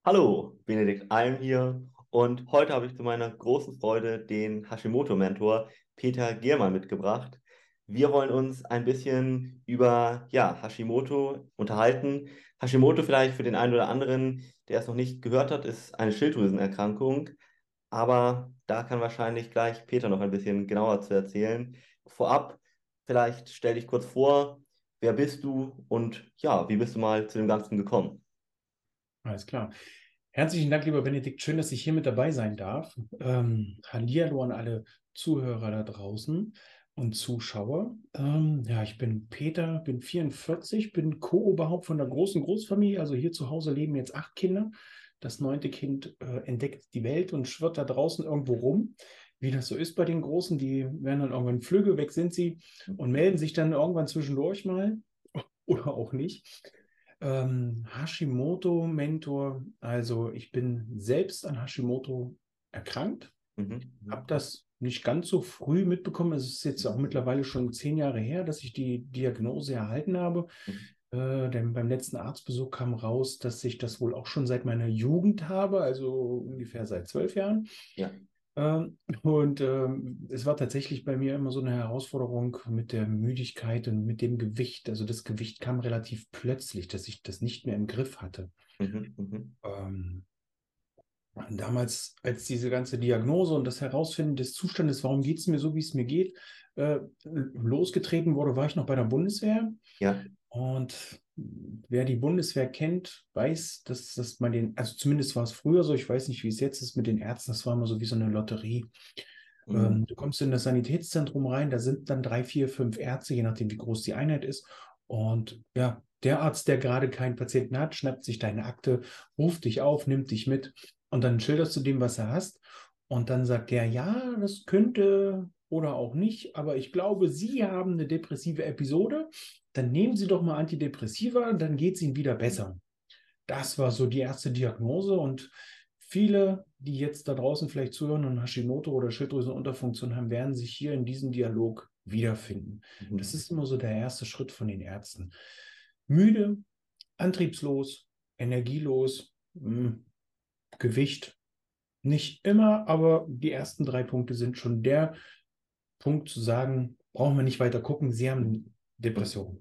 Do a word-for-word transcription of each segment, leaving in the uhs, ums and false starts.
Hallo, Benedikt Alm hier und heute habe ich zu meiner großen Freude den Hashimoto-Mentor Peter Giermann mitgebracht. Wir wollen uns ein bisschen über ja, Hashimoto unterhalten. Hashimoto vielleicht für den einen oder anderen, der es noch nicht gehört hat, ist eine Schilddrüsenerkrankung, aber da kann wahrscheinlich gleich Peter noch ein bisschen genauer zu erzählen. Vorab, vielleicht stell dich kurz vor, wer bist du und ja, wie bist du mal zu dem Ganzen gekommen? Alles klar. Herzlichen Dank, lieber Benedikt. Schön, dass ich hier mit dabei sein darf. Ähm, Hallihallo an alle Zuhörer da draußen und Zuschauer. Ähm, ja, ich bin Peter, bin vierundvierzig, bin Co-Oberhaupt von der großen Großfamilie. Also hier zu Hause leben jetzt acht Kinder. Das neunte Kind äh, entdeckt die Welt und schwirrt da draußen irgendwo rum. Wie das so ist bei den Großen, die werden dann irgendwann Flügge, weg sind sie und melden sich dann irgendwann zwischendurch mal oder auch nicht. Ähm, Hashimoto-Mentor, also ich bin selbst an Hashimoto erkrankt, Mhm. habe Mhm. das nicht ganz so früh mitbekommen. Es ist jetzt auch mittlerweile schon zehn Jahre her, dass ich die Diagnose erhalten habe. Mhm. Äh, denn beim letzten Arztbesuch kam raus, dass ich das wohl auch schon seit meiner Jugend habe, also ungefähr seit zwölf Jahren. Ja. Ähm, und ähm, es war tatsächlich bei mir immer so eine Herausforderung mit der Müdigkeit und mit dem Gewicht. Also das Gewicht kam relativ plötzlich, dass ich das nicht mehr im Griff hatte. Mhm. Mhm. Ähm, Damals, als diese ganze Diagnose und das Herausfinden des Zustandes, warum geht es mir so, wie es mir geht, äh, losgetreten wurde, war ich noch bei der Bundeswehr. Ja. Und wer die Bundeswehr kennt, weiß, dass, dass man den, also zumindest war es früher so, ich weiß nicht, wie es jetzt ist mit den Ärzten, das war immer so wie so eine Lotterie. Mhm. Ähm, du kommst in das Sanitätszentrum rein, da sind dann drei, vier, fünf Ärzte, je nachdem, wie groß die Einheit ist. Und ja, der Arzt, der gerade keinen Patienten hat, schnappt sich deine Akte, ruft dich auf, nimmt dich mit und dann schilderst du dem, was er hast. Und dann sagt der, ja, das könnte oder auch nicht, aber ich glaube, Sie haben eine depressive Episode. Dann nehmen Sie doch mal Antidepressiva, dann geht es Ihnen wieder besser. Das war so die erste Diagnose und viele, die jetzt da draußen vielleicht zuhören und Hashimoto oder Schilddrüsenunterfunktion haben, werden sich hier in diesem Dialog wiederfinden. Das Mhm. ist immer so der erste Schritt von den Ärzten. Müde, antriebslos, energielos, mh, Gewicht. Nicht immer, aber die ersten drei Punkte sind schon der Punkt zu sagen, brauchen wir nicht weiter gucken, Sie haben Mhm. Depressionen.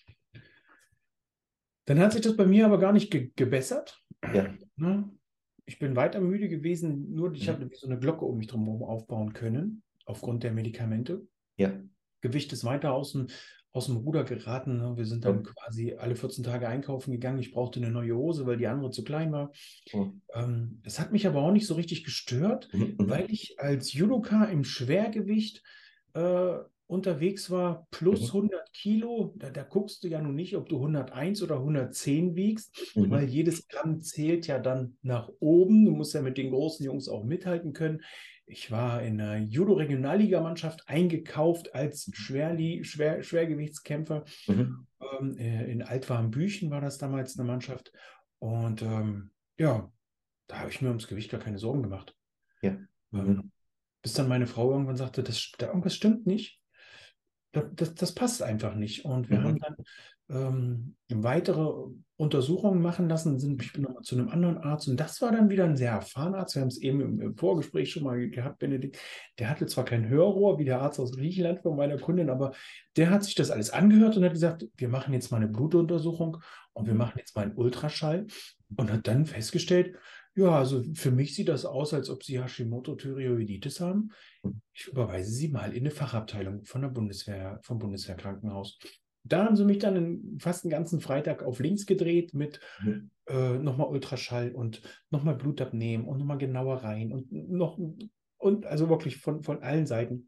Dann hat sich das bei mir aber gar nicht ge gebessert. Ja. Ne? Ich bin weiter müde gewesen, nur ich Mhm. habe so eine Glocke um mich drumherum aufbauen können, aufgrund der Medikamente. Ja. Gewicht ist weiter aus dem, aus dem Ruder geraten. Ne? Wir sind dann Oh. quasi alle vierzehn Tage einkaufen gegangen. Ich brauchte eine neue Hose, weil die andere zu klein war. Oh. Ähm, es hat mich aber auch nicht so richtig gestört, Mhm. weil Mhm. ich als Judoka im Schwergewicht äh, unterwegs war, plus Mhm. hundert Kilo. Da, da guckst du ja nun nicht, ob du hunderteins oder hundertzehn wiegst, weil Mhm. jedes Gramm zählt ja dann nach oben. Du musst ja mit den großen Jungs auch mithalten können. Ich war in einer Judo-Regionalligamannschaft eingekauft als Schwerli Schwer Schwergewichtskämpfer. Mhm. Ähm, äh, in Altwarmbüchen war das damals eine Mannschaft. Und ähm, ja, da habe ich mir ums Gewicht gar keine Sorgen gemacht. Ja. Ähm, Mhm. Bis dann meine Frau irgendwann sagte, das, da irgendwas stimmt nicht. Das, das, das passt einfach nicht. Und wir haben Mhm. dann ähm, weitere Untersuchungen machen lassen. Sind, ich bin nochmal zu einem anderen Arzt und das war dann wieder ein sehr erfahrener Arzt. Wir haben es eben im, im Vorgespräch schon mal gehabt, Benedikt. Der hatte zwar kein Hörrohr wie der Arzt aus Griechenland von meiner Kundin, aber der hat sich das alles angehört und hat gesagt, wir machen jetzt mal eine Blutuntersuchung und wir Mhm. machen jetzt mal einen Ultraschall und hat dann festgestellt, ja, also für mich sieht das aus, als ob Sie Hashimoto-Thyreoiditis haben. Ich überweise Sie mal in eine Fachabteilung von der Bundeswehr, vom Bundeswehrkrankenhaus. Da haben sie mich dann in, fast einen ganzen Freitag auf links gedreht mit Mhm. äh, nochmal Ultraschall und nochmal Blut abnehmen und nochmal genauer rein und noch und also wirklich von, von allen Seiten.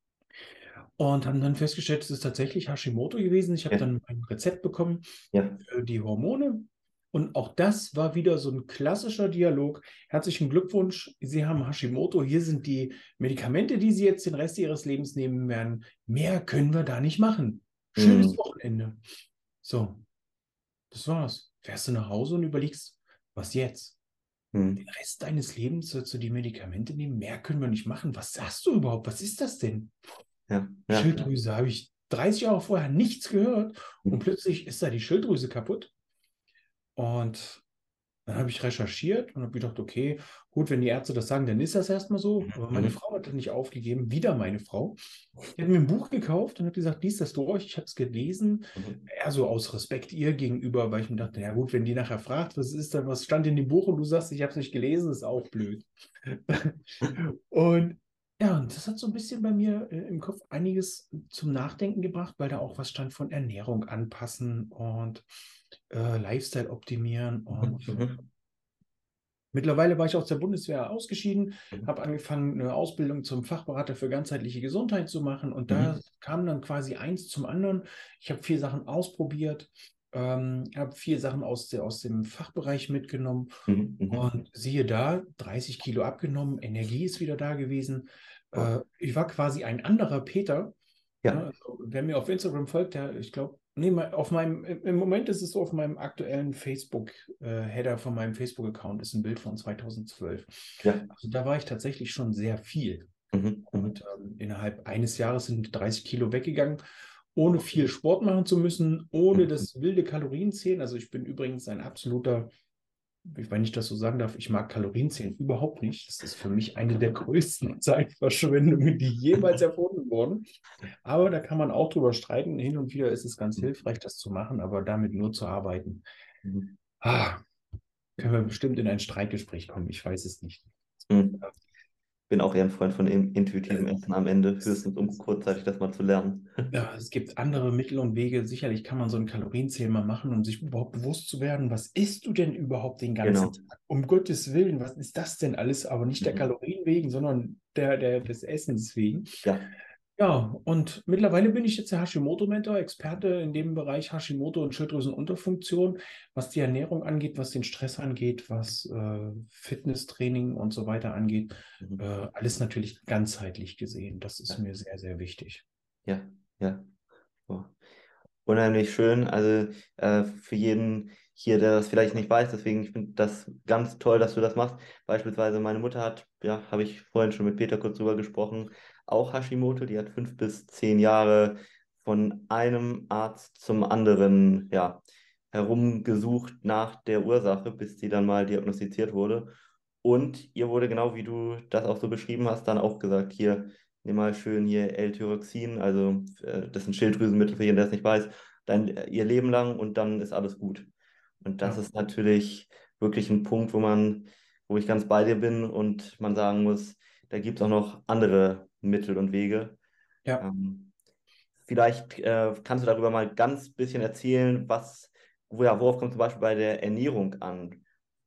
Und haben dann festgestellt, es ist tatsächlich Hashimoto gewesen. Ich habe Ja. dann ein Rezept bekommen Ja. für die Hormone. Und auch das war wieder so ein klassischer Dialog. Herzlichen Glückwunsch, Sie haben Hashimoto. Hier sind die Medikamente, die Sie jetzt den Rest Ihres Lebens nehmen werden. Mehr können wir da nicht machen. Schönes Mhm. Wochenende. So, das war's. Fährst du nach Hause und überlegst, was jetzt? Den Mhm. Rest deines Lebens sollst du die Medikamente nehmen? Mehr können wir nicht machen. Was hast du überhaupt? Was ist das denn? Ja. Ja. Schilddrüse, habe ich dreißig Jahre vorher nichts gehört und Mhm. plötzlich ist da die Schilddrüse kaputt. Und Dann habe ich recherchiert und habe gedacht, okay, gut, wenn die Ärzte das sagen, dann ist das erstmal so. Aber meine Mhm. Frau hat das nicht aufgegeben, wieder meine Frau. Die hat mir ein Buch gekauft und hat gesagt, lies das durch. Ich habe es gelesen, Mhm. eher so aus Respekt ihr gegenüber, weil ich mir dachte, ja gut, wenn die nachher fragt, was ist denn, was stand in dem Buch und du sagst, ich habe es nicht gelesen, ist auch blöd. Und ja, und das hat so ein bisschen bei mir äh, im Kopf einiges zum Nachdenken gebracht, weil da auch was stand von Ernährung anpassen und äh, Lifestyle optimieren. Und Mhm. mittlerweile war ich aus der Bundeswehr ausgeschieden, Mhm. habe angefangen, eine Ausbildung zum Fachberater für ganzheitliche Gesundheit zu machen und da Mhm. kam dann quasi eins zum anderen. Ich habe vier Sachen ausprobiert, ähm, habe vier Sachen aus, der, aus dem Fachbereich mitgenommen Mhm. Mhm. und siehe da, dreißig Kilo abgenommen, Energie ist wieder da gewesen. Boah. Äh, ich war quasi ein anderer Peter. Ja. Ne? Also, wer mir auf Instagram folgt, der, ich glaube, nee, mal auf meinem, im Moment ist es so, auf meinem aktuellen Facebook-Header von meinem Facebook-Account ist ein Bild von zweitausendzwölf. Ja. Also da war ich tatsächlich schon sehr viel. Mhm. Und Mhm. ähm, innerhalb eines Jahres sind dreißig Kilo weggegangen, ohne viel Sport machen zu müssen, ohne Mhm. das wilde Kalorienzählen. Also ich bin übrigens ein absoluter, wenn ich das so sagen darf, ich mag Kalorienzählen überhaupt nicht. Das ist für mich eine der größten Zeitverschwendungen, die jemals erfunden wurden. Aber da kann man auch drüber streiten. Hin und wieder ist es ganz hilfreich, das zu machen, aber damit nur zu arbeiten. Mhm. Ah, können wir bestimmt in ein Streitgespräch kommen. Ich weiß es nicht. Mhm. Bin auch eher ein Freund von in- intuitivem Äh, Essen am Ende, es, höchstens um es, kurzzeitig das mal zu lernen. ja, es gibt andere Mittel und Wege. Sicherlich kann man so einen Kalorienzähler mal machen, um sich überhaupt bewusst zu werden, was isst du denn überhaupt den ganzen Genau. Tag? Um Gottes Willen, was ist das denn alles? Aber nicht der Mhm. Kalorien wegen, sondern der, der, des Essens wegen. Ja. Ja, und mittlerweile bin ich jetzt der Hashimoto-Mentor, Experte in dem Bereich Hashimoto und Schilddrüsenunterfunktion, was die Ernährung angeht, was den Stress angeht, was äh, Fitnesstraining und so weiter angeht. Äh, Mhm. alles natürlich ganzheitlich gesehen. Das ist Ja. mir sehr, sehr wichtig. Ja. Ja. Boah. Unheimlich schön. Also äh, für jeden hier, der das vielleicht nicht weiß, deswegen ich finde das ganz toll, dass du das machst. Beispielsweise meine Mutter hat, ja, habe ich vorhin schon mit Peter kurz drüber gesprochen, auch Hashimoto. Die hat fünf bis zehn Jahre von einem Arzt zum anderen, ja, herumgesucht nach der Ursache, bis sie dann mal diagnostiziert wurde. Und ihr wurde genau wie du das auch so beschrieben hast, dann auch gesagt, hier, nimm mal schön hier L-Tyroxin, also äh, das ist ein Schilddrüsenmittel für jeden, der es nicht weiß, dann äh, ihr Leben lang und dann ist alles gut. Und das Ja, ist natürlich wirklich ein Punkt, wo man, wo ich ganz bei dir bin und man sagen muss, da gibt es auch noch andere Mittel und Wege. ja. Ähm, Vielleicht äh, kannst du darüber mal ganz bisschen erzählen, was, wo, ja, worauf kommt zum Beispiel bei der Ernährung an?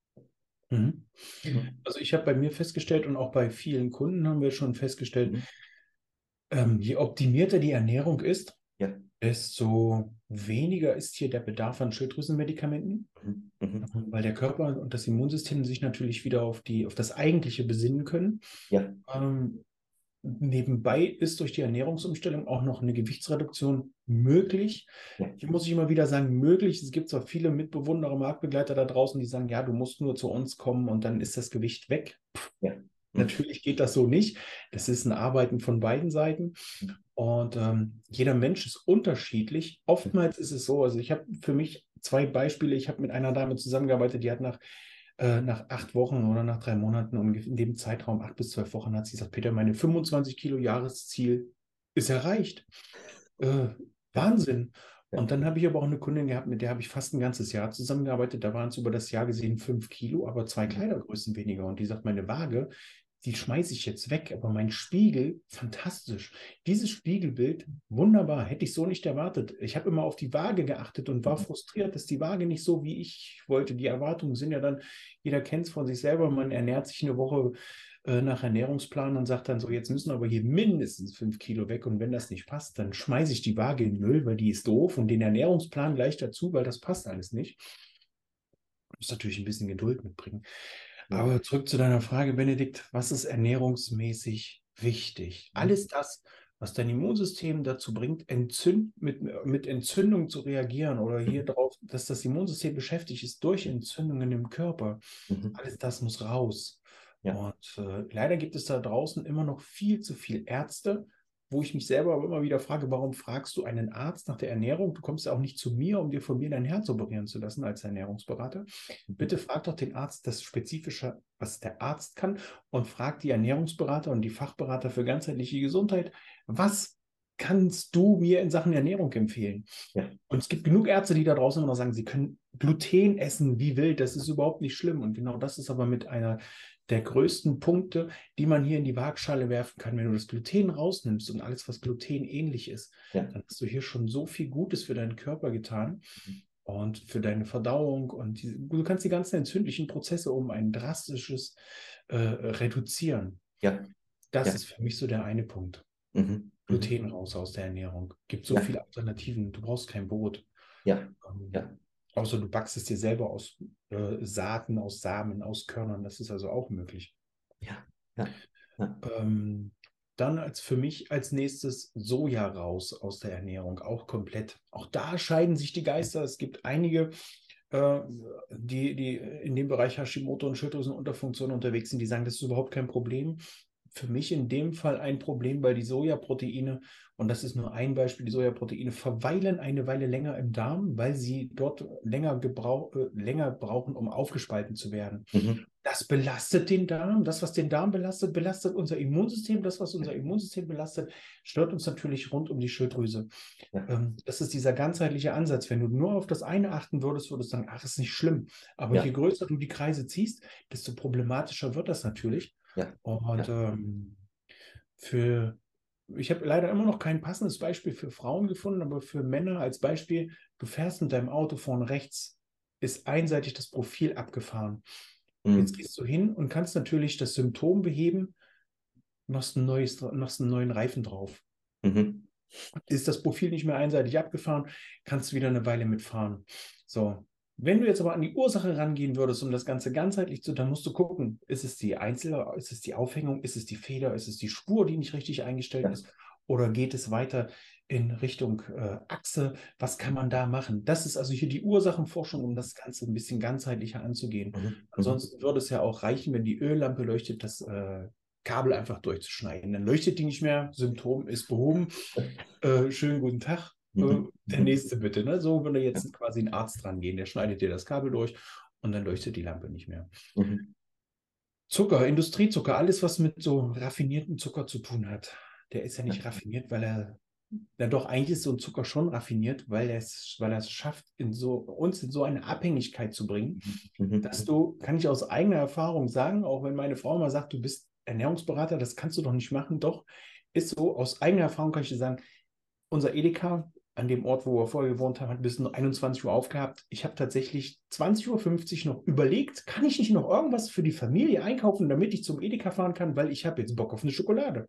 Mhm. Mhm. Also ich habe bei mir festgestellt und auch bei vielen Kunden haben wir schon festgestellt, Mhm. ähm, je optimierter die Ernährung ist, Ja. desto weniger ist hier der Bedarf an Schilddrüsenmedikamenten. Mhm. Mhm. Weil der Körper und das Immunsystem sich natürlich wieder auf die, auf das Eigentliche besinnen können. Ja. Ähm, nebenbei ist durch die Ernährungsumstellung auch noch eine Gewichtsreduktion möglich. Ja. Hier muss ich immer wieder sagen, möglich. Es gibt zwar viele Mitbewunderer, Marktbegleiter da draußen, die sagen, ja, du musst nur zu uns kommen und dann ist das Gewicht weg. Ja. Mhm. Natürlich geht das so nicht. Das ist ein Arbeiten von beiden Seiten. Und ähm, jeder Mensch ist unterschiedlich. Oftmals ist es so, also ich habe für mich zwei Beispiele. Ich habe mit einer Dame zusammengearbeitet, die hat nach, äh, nach acht Wochen oder nach drei Monaten, ungefähr in dem Zeitraum, acht bis zwölf Wochen, hat sie gesagt, Peter, meine fünfundzwanzig Kilo Jahresziel ist erreicht. Äh, Ja. Wahnsinn. Ja. Und dann habe ich aber auch eine Kundin gehabt, mit der habe ich fast ein ganzes Jahr zusammengearbeitet. Da waren es über das Jahr gesehen fünf Kilo, aber zwei Mhm. Kleidergrößen weniger. Und die sagt, meine Waage, die schmeiße ich jetzt weg, aber mein Spiegel, fantastisch. Dieses Spiegelbild, wunderbar, hätte ich so nicht erwartet. Ich habe immer auf die Waage geachtet und war Mhm. frustriert, dass die Waage nicht so, wie ich wollte. Die Erwartungen sind ja dann, jeder kennt es von sich selber, man ernährt sich eine Woche äh, nach Ernährungsplan und sagt dann so, jetzt müssen aber hier mindestens fünf Kilo weg und wenn das nicht passt, dann schmeiße ich die Waage in den Müll, weil die ist doof und den Ernährungsplan gleich dazu, weil das passt alles nicht. Muss natürlich ein bisschen Geduld mitbringen. Ja. Aber zurück zu deiner Frage, Benedikt, was ist ernährungsmäßig wichtig? Mhm. Alles das, was dein Immunsystem dazu bringt, entzünd mit, mit Entzündung zu reagieren oder hier drauf, dass das Immunsystem beschäftigt ist durch Entzündungen im Körper, Mhm. alles das muss raus. Ja. Und äh, leider gibt es da draußen immer noch viel zu viele Ärzte, wo ich mich selber aber immer wieder frage, warum fragst du einen Arzt nach der Ernährung? Du kommst ja auch nicht zu mir, um dir von mir dein Herz operieren zu lassen als Ernährungsberater. Bitte frag doch den Arzt das Spezifische, was der Arzt kann, und frag die Ernährungsberater und die Fachberater für ganzheitliche Gesundheit, was kannst du mir in Sachen Ernährung empfehlen? Ja. Und es gibt genug Ärzte, die da draußen immer noch sagen, sie können Gluten essen wie wild, das ist überhaupt nicht schlimm. Und genau das ist aber mit einer der größten Punkte, die man hier in die Waagschale werfen kann. Wenn du das Gluten rausnimmst und alles, was Gluten ähnlich ist, Ja. dann hast du hier schon so viel Gutes für deinen Körper getan und für deine Verdauung. Und die, du kannst die ganzen entzündlichen Prozesse um ein drastisches äh, reduzieren. Ja. Das Ja. ist für mich so der eine Punkt. Mhm. Gluten raus aus der Ernährung. Gibt so Ja. viele Alternativen. Du brauchst kein Brot. Ja. Ähm, Ja. Außer du backst es dir selber aus äh, Saaten, aus Samen, aus Körnern. Das ist also auch möglich. Ja. Ja. Ja. Ähm, dann als für mich als nächstes Soja raus aus der Ernährung, auch komplett. Auch da scheiden sich die Geister. Es gibt einige, äh, die, die in dem Bereich Hashimoto und Schilddrüsenunterfunktion unterwegs sind, die sagen, das ist überhaupt kein Problem. Für mich in dem Fall ein Problem, weil die Sojaproteine, und das ist nur ein Beispiel, die Sojaproteine verweilen eine Weile länger im Darm, weil sie dort länger, gebrauch, äh, länger brauchen, um aufgespalten zu werden. Mhm. Das belastet den Darm. Das, was den Darm belastet, belastet unser Immunsystem. Das, was unser Immunsystem belastet, stört uns natürlich rund um die Schilddrüse. Ja. Ähm, das ist dieser ganzheitliche Ansatz. Wenn du nur auf das eine achten würdest, würdest du sagen, ach, ist nicht schlimm. Aber Ja. je größer du die Kreise ziehst, desto problematischer wird das natürlich. Ja. Und Ja. ähm, für, ich habe leider immer noch kein passendes Beispiel für Frauen gefunden, aber für Männer als Beispiel, du fährst mit deinem Auto von rechts, ist einseitig das Profil abgefahren. Jetzt Mhm. gehst du hin und kannst natürlich das Symptom beheben, machst ein neues, machst einen neuen Reifen drauf. Mhm. Ist das Profil nicht mehr einseitig abgefahren, kannst du wieder eine Weile mitfahren. So. Wenn du jetzt aber an die Ursache rangehen würdest, um das Ganze ganzheitlich zu, dann musst du gucken, ist es die Einzel, ist es die Aufhängung, ist es die Feder, ist es die Spur, die nicht richtig eingestellt Ja. ist, oder geht es weiter in Richtung äh, Achse? Was kann man da machen? Das ist also hier die Ursachenforschung, um das Ganze ein bisschen ganzheitlicher anzugehen. Mhm. Mhm. Ansonsten würde es ja auch reichen, wenn die Öllampe leuchtet, das äh, Kabel einfach durchzuschneiden. Dann leuchtet die nicht mehr, Symptom ist behoben. Äh, schönen guten Tag. Äh, Mhm. der Mhm. nächste bitte. Ne? So würde Ja. jetzt quasi ein Arzt rangehen. Der schneidet dir das Kabel durch und dann leuchtet die Lampe nicht mehr. Mhm. Zucker, Industriezucker, alles, was mit so raffiniertem Zucker zu tun hat. Der ist ja Ja. nicht raffiniert, weil er, na doch, eigentlich ist so ein Zucker schon raffiniert, weil er es, weil er es schafft, in so, uns in so eine Abhängigkeit zu bringen, Mhm. dass du, kann ich aus eigener Erfahrung sagen, auch wenn meine Frau mal sagt, du bist Ernährungsberater, das kannst du doch nicht machen, doch, ist so, aus eigener Erfahrung kann ich dir sagen, unser Edeka an dem Ort, wo wir vorher gewohnt haben, hat bis einundzwanzig Uhr aufgehabt. Ich habe tatsächlich zwanzig Uhr fünfzig noch überlegt, kann ich nicht noch irgendwas für die Familie einkaufen, damit ich zum Edeka fahren kann, weil ich habe jetzt Bock auf eine Schokolade.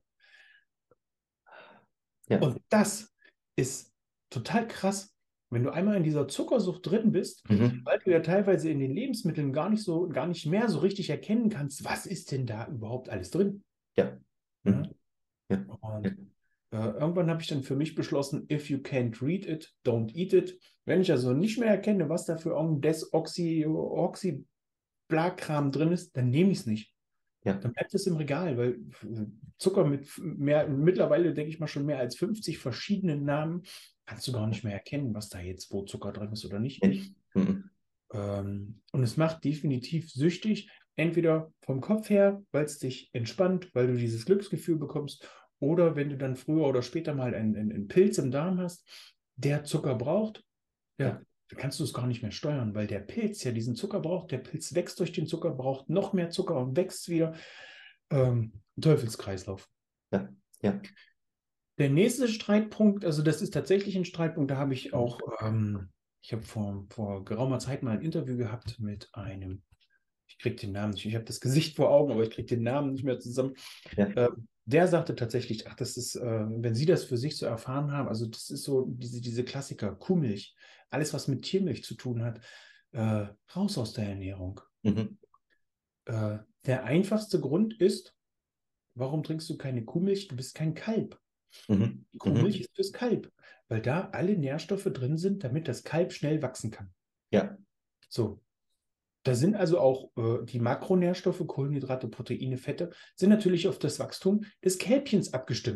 Ja. Und das ist total krass, wenn du einmal in dieser Zuckersucht drin bist, Mhm. weil du ja teilweise in den Lebensmitteln gar nicht so, gar nicht mehr so richtig erkennen kannst, was ist denn da überhaupt alles drin. Ja. Ja? Mhm. Ja. Und äh, irgendwann habe ich dann für mich beschlossen, if you can't read it, don't eat it. Wenn ich also nicht mehr erkenne, was da für irgendein Desoxy, Oxy, Blakram drin ist, dann nehme ich es nicht. Ja. Dann bleibt es im Regal, weil Zucker mit mehr, mittlerweile denke ich mal schon mehr als fünfzig verschiedenen Namen, kannst du gar nicht mehr erkennen, was da jetzt wo Zucker drin ist oder nicht. Mhm. Ähm, und es macht definitiv süchtig, entweder vom Kopf her, weil es dich entspannt, weil du dieses Glücksgefühl bekommst, oder wenn du dann früher oder später mal einen, einen, einen Pilz im Darm hast, der Zucker braucht, ja, Ja. dann kannst du es gar nicht mehr steuern, weil der Pilz ja diesen Zucker braucht. Der Pilz wächst durch den Zucker, braucht noch mehr Zucker und wächst wieder. Ähm, Teufelskreislauf. Ja. Ja. Der nächste Streitpunkt, also das ist tatsächlich ein Streitpunkt, da habe ich auch, ähm, ich habe vor, vor geraumer Zeit mal ein Interview gehabt mit einem, ich kriege den Namen nicht, ich habe das Gesicht vor Augen, aber ich kriege den Namen nicht mehr zusammen. Ja. Ähm, der sagte tatsächlich, ach, das ist, äh, wenn Sie das für sich so erfahren haben, also das ist so diese, diese Klassiker, Kuhmilch, alles, was mit Tiermilch zu tun hat, äh, raus aus der Ernährung. Mhm. Äh, der einfachste Grund ist, warum trinkst du keine Kuhmilch? Du bist kein Kalb. Mhm. Die Kuhmilch Mhm. ist fürs Kalb, weil da alle Nährstoffe drin sind, damit das Kalb schnell wachsen kann. Ja. So, da sind also auch äh, die Makronährstoffe, Kohlenhydrate, Proteine, Fette, sind natürlich auf das Wachstum des Kälbchens abgestimmt.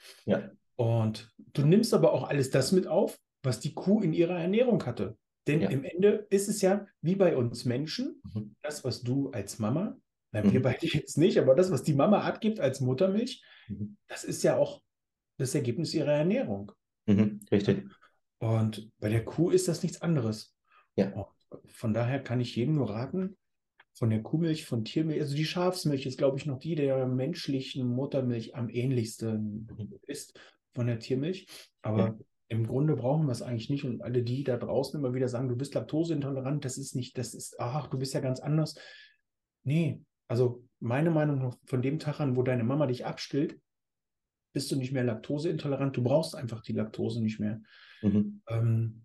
Ja, Und du nimmst aber auch alles das mit auf, was die Kuh in ihrer Ernährung hatte. Denn ja. im Ende ist es ja wie bei uns Menschen, Mhm. das, was du als Mama, na, wir Mhm. beide jetzt nicht, aber das, was die Mama abgibt als Muttermilch, Mhm. das ist ja auch das Ergebnis ihrer Ernährung. Mhm. Richtig. Und bei der Kuh ist das nichts anderes. Ja. Und von daher kann ich jedem nur raten, von der Kuhmilch, von Tiermilch, also die Schafsmilch ist, glaube ich, noch die der menschlichen Muttermilch am ähnlichsten Mhm. ist von der Tiermilch. Ja. Aber im Grunde brauchen wir es eigentlich nicht. Und alle, die da draußen immer wieder sagen, du bist laktoseintolerant, das ist nicht, das ist, ach, du bist ja ganz anders. Nee, also meine Meinung nach, von dem Tag an, wo deine Mama dich abstillt, bist du nicht mehr laktoseintolerant. Du brauchst einfach die Laktose nicht mehr. Mhm. Ähm,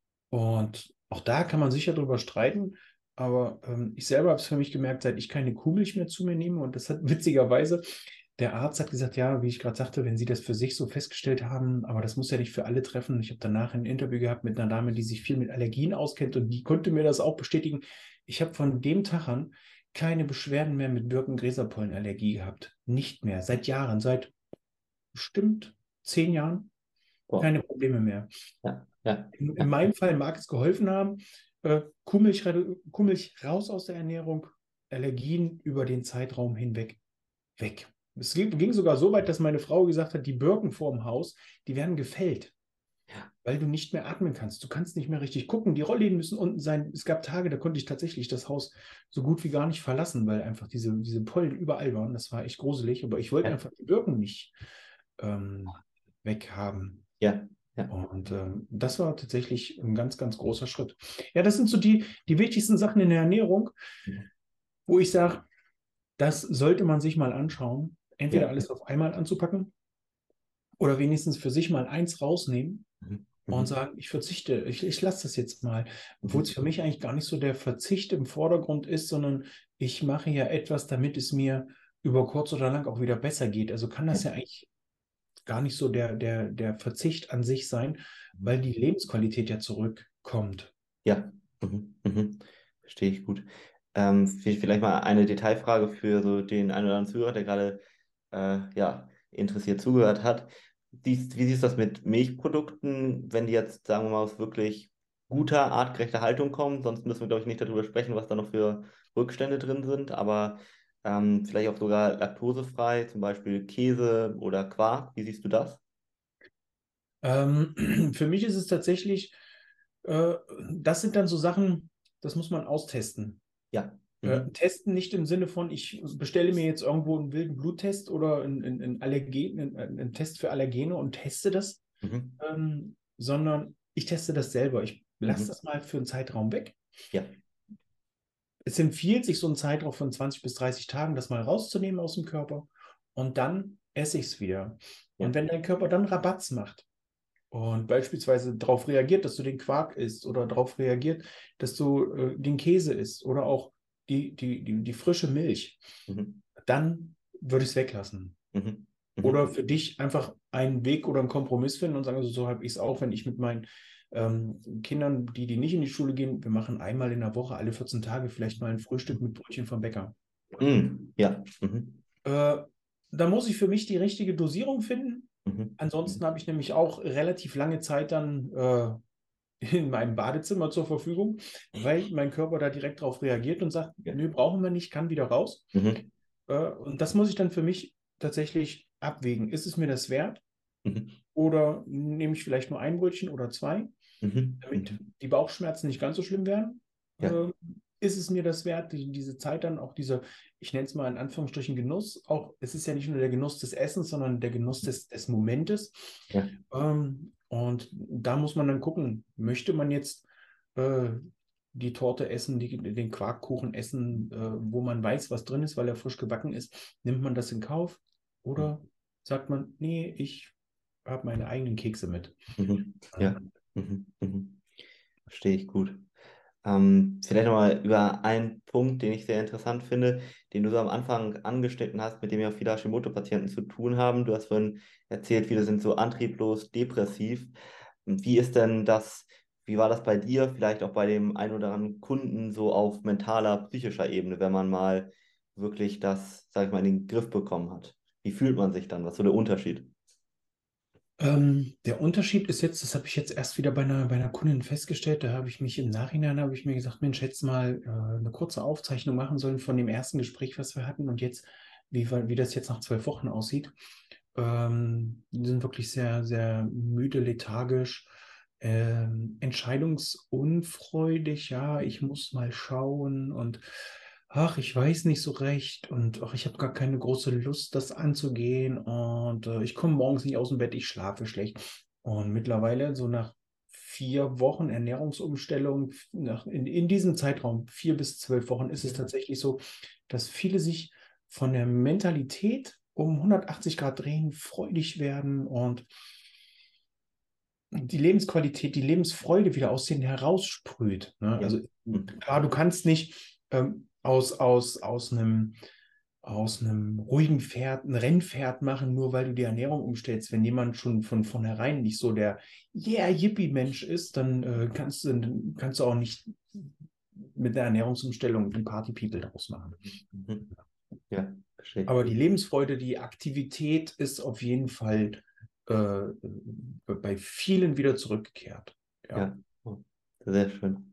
und auch da kann man sicher drüber streiten, aber ähm, ich selber habe es für mich gemerkt, seit ich keine Kuhmilch mehr zu mir nehme. Und das hat witzigerweise, der Arzt hat gesagt, ja, wie ich gerade sagte, wenn Sie das für sich so festgestellt haben, aber das muss ja nicht für alle treffen. Ich habe danach ein Interview gehabt mit einer Dame, die sich viel mit Allergien auskennt und die konnte mir das auch bestätigen. Ich habe von dem Tag an keine Beschwerden mehr mit Birken-Gräserpollenallergie gehabt. Nicht mehr. Seit Jahren, seit bestimmt zehn Jahren Boah. keine Probleme mehr. Ja. Ja. In, in Ja. meinem Fall mag es geholfen haben. Äh, Kuhmilch, redu- Kuhmilch raus aus der Ernährung, Allergien über den Zeitraum hinweg weg. Es ging, ging sogar so weit, dass meine Frau gesagt hat, die Birken vorm Haus, die werden gefällt, weil du nicht mehr atmen kannst. Du kannst nicht mehr richtig gucken. Die Rollläden müssen unten sein. Es gab Tage, da konnte ich tatsächlich das Haus so gut wie gar nicht verlassen, weil einfach diese, diese Pollen überall waren. Das war echt gruselig. Aber ich wollte Ja. einfach die Birken nicht ähm, weghaben. Ja. Ja. Und ähm, das war tatsächlich ein ganz, ganz großer Schritt. Ja, das sind so die, die wichtigsten Sachen in der Ernährung, Mhm. wo ich sage, das sollte man sich mal anschauen. Entweder Ja. alles auf einmal anzupacken oder wenigstens für sich mal eins rausnehmen Mhm. und Mhm. sagen, ich verzichte, ich, ich lasse das jetzt mal. Obwohl es Mhm. für mich eigentlich gar nicht so der Verzicht im Vordergrund ist, sondern ich mache ja etwas, damit es mir über kurz oder lang auch wieder besser geht. Also kann Ja. das ja eigentlich gar nicht so der, der, der Verzicht an sich sein, Mhm. weil die Lebensqualität ja zurückkommt. Ja. Mhm. Mhm. Verstehe ich gut. Ähm, vi- vielleicht mal eine Detailfrage für so den einen oder anderen Zuhörer, der gerade äh, ja, interessiert zugehört hat. Wie, wie siehst du das mit Milchprodukten, wenn die jetzt, sagen wir mal, aus wirklich guter, artgerechter Haltung kommen? Sonst müssen wir, glaube ich, nicht darüber sprechen, was da noch für Rückstände drin sind, aber ähm, vielleicht auch sogar laktosefrei, zum Beispiel Käse oder Quark. Wie siehst du das? Ähm, für mich ist es tatsächlich, äh, das sind dann so Sachen, das muss man austesten. Ja. Äh, Mhm. testen nicht im Sinne von, ich bestelle mir jetzt irgendwo einen wilden Bluttest oder einen, einen, einen, Allergen, einen, einen Test für Allergene und teste das, Mhm. ähm, sondern ich teste das selber. Ich lasse Mhm. das mal für einen Zeitraum weg. Ja. Es empfiehlt sich so ein Zeitraum von zwanzig bis dreißig Tagen, das mal rauszunehmen aus dem Körper und dann esse ich es wieder. Und Ja. wenn dein Körper dann Rabatz macht, und beispielsweise darauf reagiert, dass du den Quark isst oder darauf reagiert, dass du äh, den Käse isst oder auch die, die, die, die frische Milch, Mhm. dann würde ich es weglassen. Mhm. Oder Mhm. für dich einfach einen Weg oder einen Kompromiss finden und sagen, also so habe ich es auch, wenn ich mit meinen ähm, Kindern, die, die nicht in die Schule gehen, wir machen einmal in der Woche, alle vierzehn Tage vielleicht mal ein Frühstück mit Brötchen vom Bäcker. Mhm. Ja. Mhm. Äh, Da muss ich für mich die richtige Dosierung finden. Mhm. Ansonsten Mhm. habe ich nämlich auch relativ lange Zeit dann äh, in meinem Badezimmer zur Verfügung, weil mein Körper da direkt darauf reagiert und sagt, Ja. nö, brauchen wir nicht, kann wieder raus. Mhm. Äh, und das muss ich dann für mich tatsächlich abwägen. Ist es mir das wert? Mhm. Oder nehme ich vielleicht nur ein Brötchen oder zwei, Mhm. damit Mhm. die Bauchschmerzen nicht ganz so schlimm werden? Ja. Äh, Ist es mir das wert, die, diese Zeit dann auch diese, ich nenne es mal in Anführungsstrichen Genuss, auch es ist ja nicht nur der Genuss des Essens, sondern der Genuss des, des Momentes. Ja. Ähm, und da muss man dann gucken, möchte man jetzt äh, die Torte essen, die, den Quarkkuchen essen, äh, wo man weiß, was drin ist, weil er frisch gebacken ist, nimmt man das in Kauf oder sagt man, nee, ich habe meine eigenen Kekse mit. Mhm. Ja. Ähm, Mhm. Mhm. Verstehe ich gut. Ähm, vielleicht nochmal über einen Punkt, den ich sehr interessant finde, den du so am Anfang angeschnitten hast, mit dem ja viele Hashimoto-Patienten zu tun haben. Du hast vorhin erzählt, viele sind so antrieblos, depressiv. Und wie ist denn das, wie war das bei dir, vielleicht auch bei dem einen oder anderen Kunden so auf mentaler, psychischer Ebene, wenn man mal wirklich das, sag ich mal, in den Griff bekommen hat? Wie fühlt man sich dann? Was ist so der Unterschied? Ähm, der Unterschied ist jetzt, das habe ich jetzt erst wieder bei einer, bei einer Kundin festgestellt, da habe ich mich im Nachhinein, habe ich mir gesagt, Mensch, hättest mal äh, eine kurze Aufzeichnung machen sollen von dem ersten Gespräch, was wir hatten und jetzt, wie, wir- wie das jetzt nach zwölf Wochen aussieht. Ähm, die sind wirklich sehr, sehr müde, lethargisch, ähm, entscheidungsunfreudig. Ja, ich muss mal schauen und ach, ich weiß nicht so recht und ach, ich habe gar keine große Lust, das anzugehen und äh, ich komme morgens nicht aus dem Bett, ich schlafe schlecht. Und mittlerweile, so nach vier Wochen Ernährungsumstellung, nach, in, in diesem Zeitraum, vier bis zwölf Wochen, ist es tatsächlich so, dass viele sich von der Mentalität um hundertachtzig Grad drehen, freudig werden und die Lebensqualität, die Lebensfreude wieder aus denen heraussprüht. Ne? Ja. Also Mhm. klar, du kannst nicht ähm, aus, aus, aus einem, aus einem ruhigen Pferd ein Rennpferd machen, nur weil du die Ernährung umstellst. Wenn jemand schon von vornherein nicht so der Yeah-Yippie-Mensch ist, dann äh, kannst du, dann kannst du auch nicht mit der Ernährungsumstellung einen Party-People daraus machen. Mhm. Ja, verstehe. Aber die Lebensfreude, die Aktivität ist auf jeden Fall äh, bei vielen wieder zurückgekehrt. Ja. Ja, oh, sehr schön.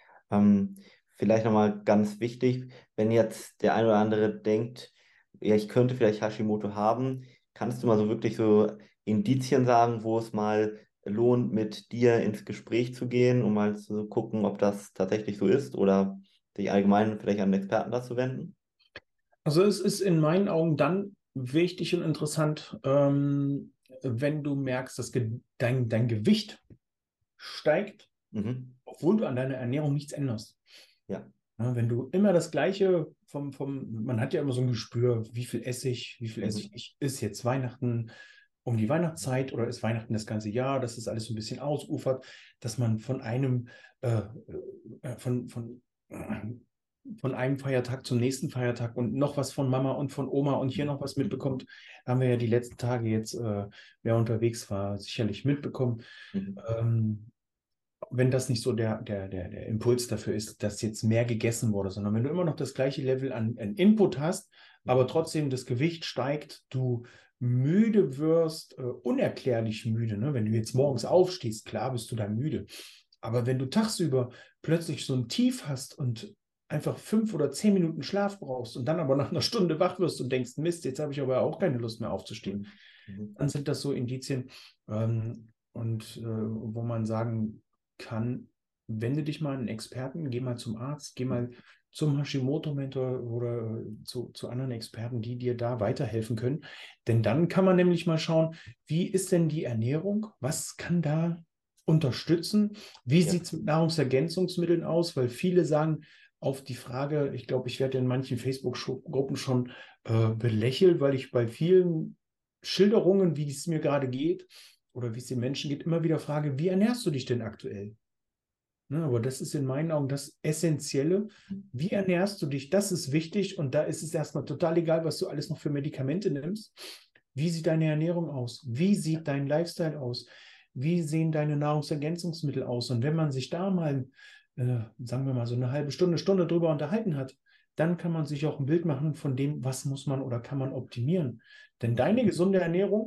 Ähm, Vielleicht nochmal ganz wichtig, wenn jetzt der ein oder andere denkt, ja, ich könnte vielleicht Hashimoto haben, kannst du mal so wirklich so Indizien sagen, wo es mal lohnt, mit dir ins Gespräch zu gehen, um mal zu gucken, ob das tatsächlich so ist oder sich allgemein vielleicht an einen Experten dazu wenden? Also es ist in meinen Augen dann wichtig und interessant, ähm, wenn du merkst, dass ge dein, dein Gewicht steigt, Mhm. obwohl du an deiner Ernährung nichts änderst. Ja. Ja, wenn du immer das Gleiche vom, vom, man hat ja immer so ein Gespür, wie viel esse ich, wie viel esse ich Mhm. nicht. Ist jetzt Weihnachten um die Weihnachtszeit oder ist Weihnachten das ganze Jahr, dass das alles so ein bisschen ausufert, dass man von einem, äh, äh, von, von, äh, von einem Feiertag zum nächsten Feiertag und noch was von Mama und von Oma und hier noch was mitbekommt, haben wir ja die letzten Tage jetzt, äh, wer unterwegs war, sicherlich mitbekommen. Mhm. Ähm, wenn das nicht so der, der, der, der Impuls dafür ist, dass jetzt mehr gegessen wurde, sondern wenn du immer noch das gleiche Level an, an Input hast, aber Mhm. trotzdem das Gewicht steigt, du müde wirst, äh, unerklärlich müde. Ne? Wenn du jetzt morgens aufstehst, klar bist du dann müde. Aber wenn du tagsüber plötzlich so ein Tief hast und einfach fünf oder zehn Minuten Schlaf brauchst und dann aber nach einer Stunde wach wirst und denkst, Mist, jetzt habe ich aber auch keine Lust mehr aufzustehen, Mhm. Mhm. dann sind das so Indizien, ähm, und äh, wo man sagen kann, wende dich mal an einen Experten, geh mal zum Arzt, geh mal zum Hashimoto-Mentor oder äh, zu, zu anderen Experten, die dir da weiterhelfen können. Denn dann kann man nämlich mal schauen, wie ist denn die Ernährung? Was kann da unterstützen? Wie Ja. sieht es mit Nahrungsergänzungsmitteln aus? Weil viele sagen auf die Frage, ich glaube, ich werde in manchen Facebook-Gruppen schon äh, belächelt, weil ich bei vielen Schilderungen, wie es mir gerade geht oder wie es den Menschen geht, immer wieder frage, wie ernährst du dich denn aktuell? Ne, aber das ist in meinen Augen das Essentielle. Wie ernährst du dich? Das ist wichtig und da ist es erstmal total egal, was du alles noch für Medikamente nimmst. Wie sieht deine Ernährung aus? Wie sieht dein Lifestyle aus? Wie sehen deine Nahrungsergänzungsmittel aus? Und wenn man sich da mal, äh, sagen wir mal, so eine halbe Stunde, Stunde drüber unterhalten hat, dann kann man sich auch ein Bild machen von dem, was muss man oder kann man optimieren. Denn deine gesunde Ernährung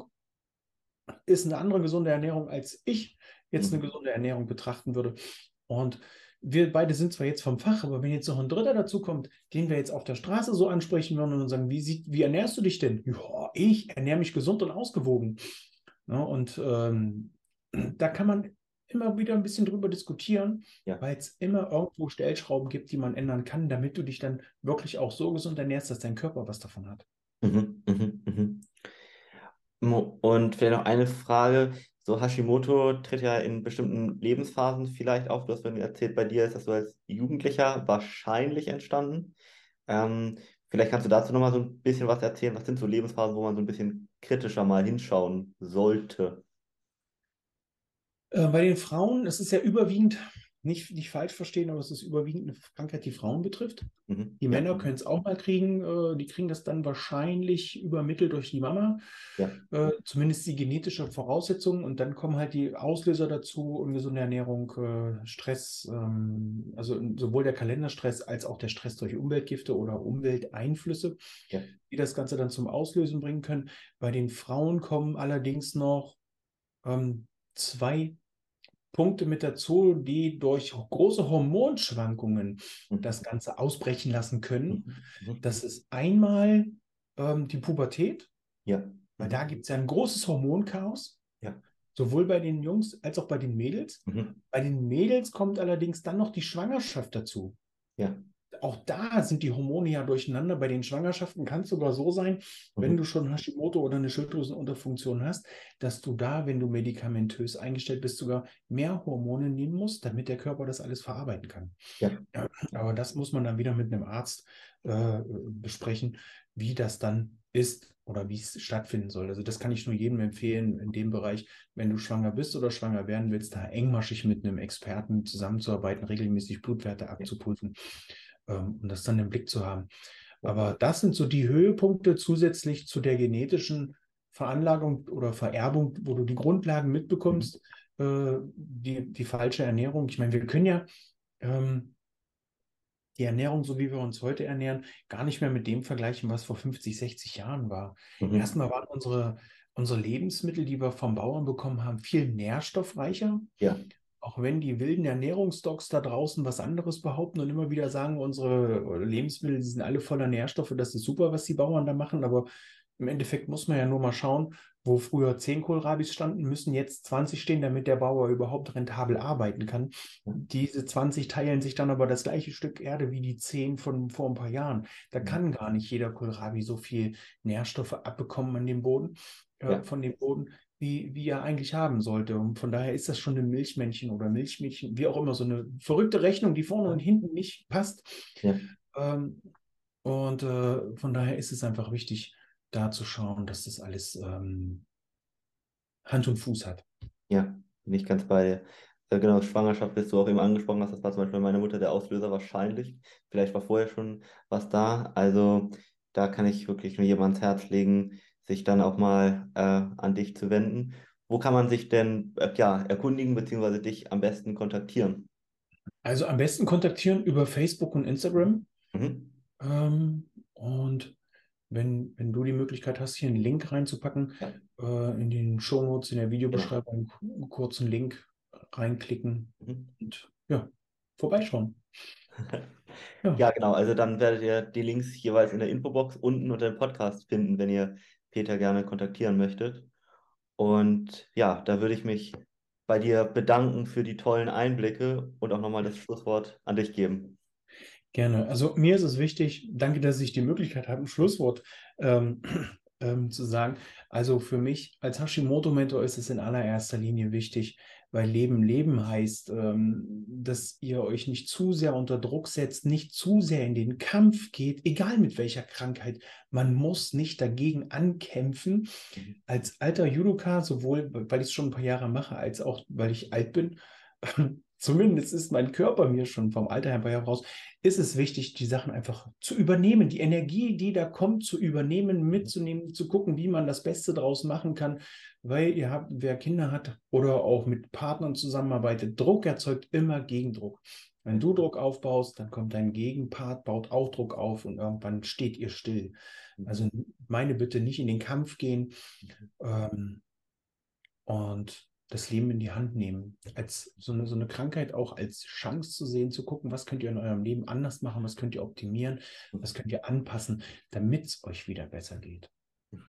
ist eine andere gesunde Ernährung, als ich jetzt eine Mhm. gesunde Ernährung betrachten würde. Und wir beide sind zwar jetzt vom Fach, aber wenn jetzt noch ein Dritter dazukommt, den wir jetzt auf der Straße so ansprechen würden und sagen, wie, sieht, wie ernährst du dich denn? Ja, ich ernähre mich gesund und ausgewogen. Ja, und ähm, da kann man immer wieder ein bisschen drüber diskutieren, Ja. weil es immer irgendwo Stellschrauben gibt, die man ändern kann, damit du dich dann wirklich auch so gesund ernährst, dass dein Körper was davon hat. Mhm. Mhm. Mhm. Mo- Und vielleicht noch eine Frage. So Hashimoto tritt ja in bestimmten Lebensphasen vielleicht auf. Du hast vorhin erzählt, bei dir ist das so als Jugendlicher wahrscheinlich entstanden. Ähm, Vielleicht kannst du dazu noch mal so ein bisschen was erzählen. Was sind so Lebensphasen, wo man so ein bisschen kritischer mal hinschauen sollte? Äh, bei den Frauen, es ist ja überwiegend, nicht, nicht falsch verstehen, aber es ist überwiegend eine Krankheit, die Frauen betrifft. Mhm. Die Ja, Männer können es auch mal kriegen, äh, die kriegen das dann wahrscheinlich übermittelt durch die Mama, ja, äh, zumindest die genetische Voraussetzung. Und dann kommen halt die Auslöser dazu, ungesunde Ernährung, äh, Stress, ähm, also sowohl der Kalenderstress als auch der Stress durch Umweltgifte oder Umwelteinflüsse, ja. die das Ganze dann zum Auslösen bringen können. Bei den Frauen kommen allerdings noch ähm, zwei Punkte mit dazu, die durch große Hormonschwankungen das Mhm. Ganze ausbrechen lassen können. Mhm. Mhm. Das ist einmal ähm, die Pubertät, Ja. weil da Mhm. gibt es ja ein großes Hormonchaos, Ja. sowohl bei den Jungs als auch bei den Mädels. Mhm. Bei den Mädels kommt allerdings dann noch die Schwangerschaft dazu. Ja. Auch da sind die Hormone ja durcheinander. Bei den Schwangerschaften kann es sogar so sein, wenn Mhm. du schon Hashimoto oder eine Schilddrüsenunterfunktion hast, dass du da, wenn du medikamentös eingestellt bist, sogar mehr Hormone nehmen musst, damit der Körper das alles verarbeiten kann. Ja. Ja, aber das muss man dann wieder mit einem Arzt äh, besprechen, wie das dann ist oder wie es stattfinden soll. Also das kann ich nur jedem empfehlen in dem Bereich, wenn du schwanger bist oder schwanger werden willst, da engmaschig mit einem Experten zusammenzuarbeiten, regelmäßig Blutwerte Ja. abzuprüfen, ähm, um das dann im Blick zu haben. Ja. Aber das sind so die Höhepunkte zusätzlich zu der genetischen Veranlagung oder Vererbung, wo du die Grundlagen Mhm. mitbekommst, äh, die, die falsche Ernährung. Ich meine, wir können ja ähm, die Ernährung, so wie wir uns heute ernähren, gar nicht mehr mit dem vergleichen, was vor fünfzig, sechzig Jahren war. Mhm. Erstmal waren unsere, unsere Lebensmittel, die wir vom Bauern bekommen haben, viel nährstoffreicher. Ja. Auch wenn die wilden Ernährungsdocs da draußen was anderes behaupten und immer wieder sagen, unsere Lebensmittel, die sind alle voller Nährstoffe, das ist super, was die Bauern da machen, aber im Endeffekt muss man ja nur mal schauen, wo früher zehn Kohlrabis standen, müssen jetzt zwanzig stehen, damit der Bauer überhaupt rentabel arbeiten kann. Diese zwanzig teilen sich dann aber das gleiche Stück Erde wie die zehn von vor ein paar Jahren. Da Mhm. kann gar nicht jeder Kohlrabi so viel Nährstoffe abbekommen an dem Boden, äh, Ja. von dem Boden, wie, wie er eigentlich haben sollte. Und von daher ist das schon ein Milchmännchen oder Milchmädchen, wie auch immer, so eine verrückte Rechnung, die vorne und hinten nicht passt. Ja. Ähm, und äh, von daher ist es einfach wichtig, da zu schauen, dass das alles ähm, Hand und Fuß hat. Ja, bin ich ganz bei dir. Äh, Genau, Schwangerschaft bist du auch eben angesprochen hast, das war zum Beispiel bei meiner Mutter der Auslöser wahrscheinlich. Vielleicht war vorher schon was da. Also da kann ich wirklich nur jedem ans Herz legen, sich dann auch mal äh, an dich zu wenden. Wo kann man sich denn äh, ja, erkundigen bzw. dich am besten kontaktieren? Also am besten kontaktieren über Facebook und Instagram. Mhm. Ähm, und wenn, wenn du die Möglichkeit hast, hier einen Link reinzupacken, Ja, äh, in den Shownotes, in der genau. Videobeschreibung, einen kurzen Link reinklicken Mhm. und ja, vorbeischauen. Ja, Ja, genau. Also dann werdet ihr die Links jeweils in der Infobox unten unter dem Podcast finden, wenn ihr Peter gerne kontaktieren möchtet. Und ja, da würde ich mich bei dir bedanken für die tollen Einblicke und auch nochmal das Schlusswort an dich geben. gerne. Also mir ist es wichtig, danke, dass ich die Möglichkeit habe, ein Schlusswort ähm, ähm, zu sagen. Also für mich als Hashimoto-Mentor ist es in allererster Linie wichtig, weil Leben Leben heißt, ähm, dass ihr euch nicht zu sehr unter Druck setzt, nicht zu sehr in den Kampf geht, egal mit welcher Krankheit. Man muss nicht dagegen ankämpfen. Mhm. Als alter Judoka, sowohl weil ich es schon ein paar Jahre mache, als auch weil ich alt bin, zumindest ist mein Körper mir schon vom Alter her ein paar Jahre raus, ist es wichtig, die Sachen einfach zu übernehmen, die Energie, die da kommt, zu übernehmen, mitzunehmen, zu gucken, wie man das Beste draus machen kann, weil ihr habt, wer Kinder hat oder auch mit Partnern zusammenarbeitet, Druck erzeugt immer Gegendruck. Wenn du Druck aufbaust, dann kommt dein Gegenpart, baut auch Druck auf und irgendwann steht ihr still. Also meine Bitte, nicht in den Kampf gehen ähm, und das Leben in die Hand nehmen. Als so eine, so eine Krankheit auch als Chance zu sehen, zu gucken, was könnt ihr in eurem Leben anders machen, was könnt ihr optimieren, was könnt ihr anpassen, damit es euch wieder besser geht.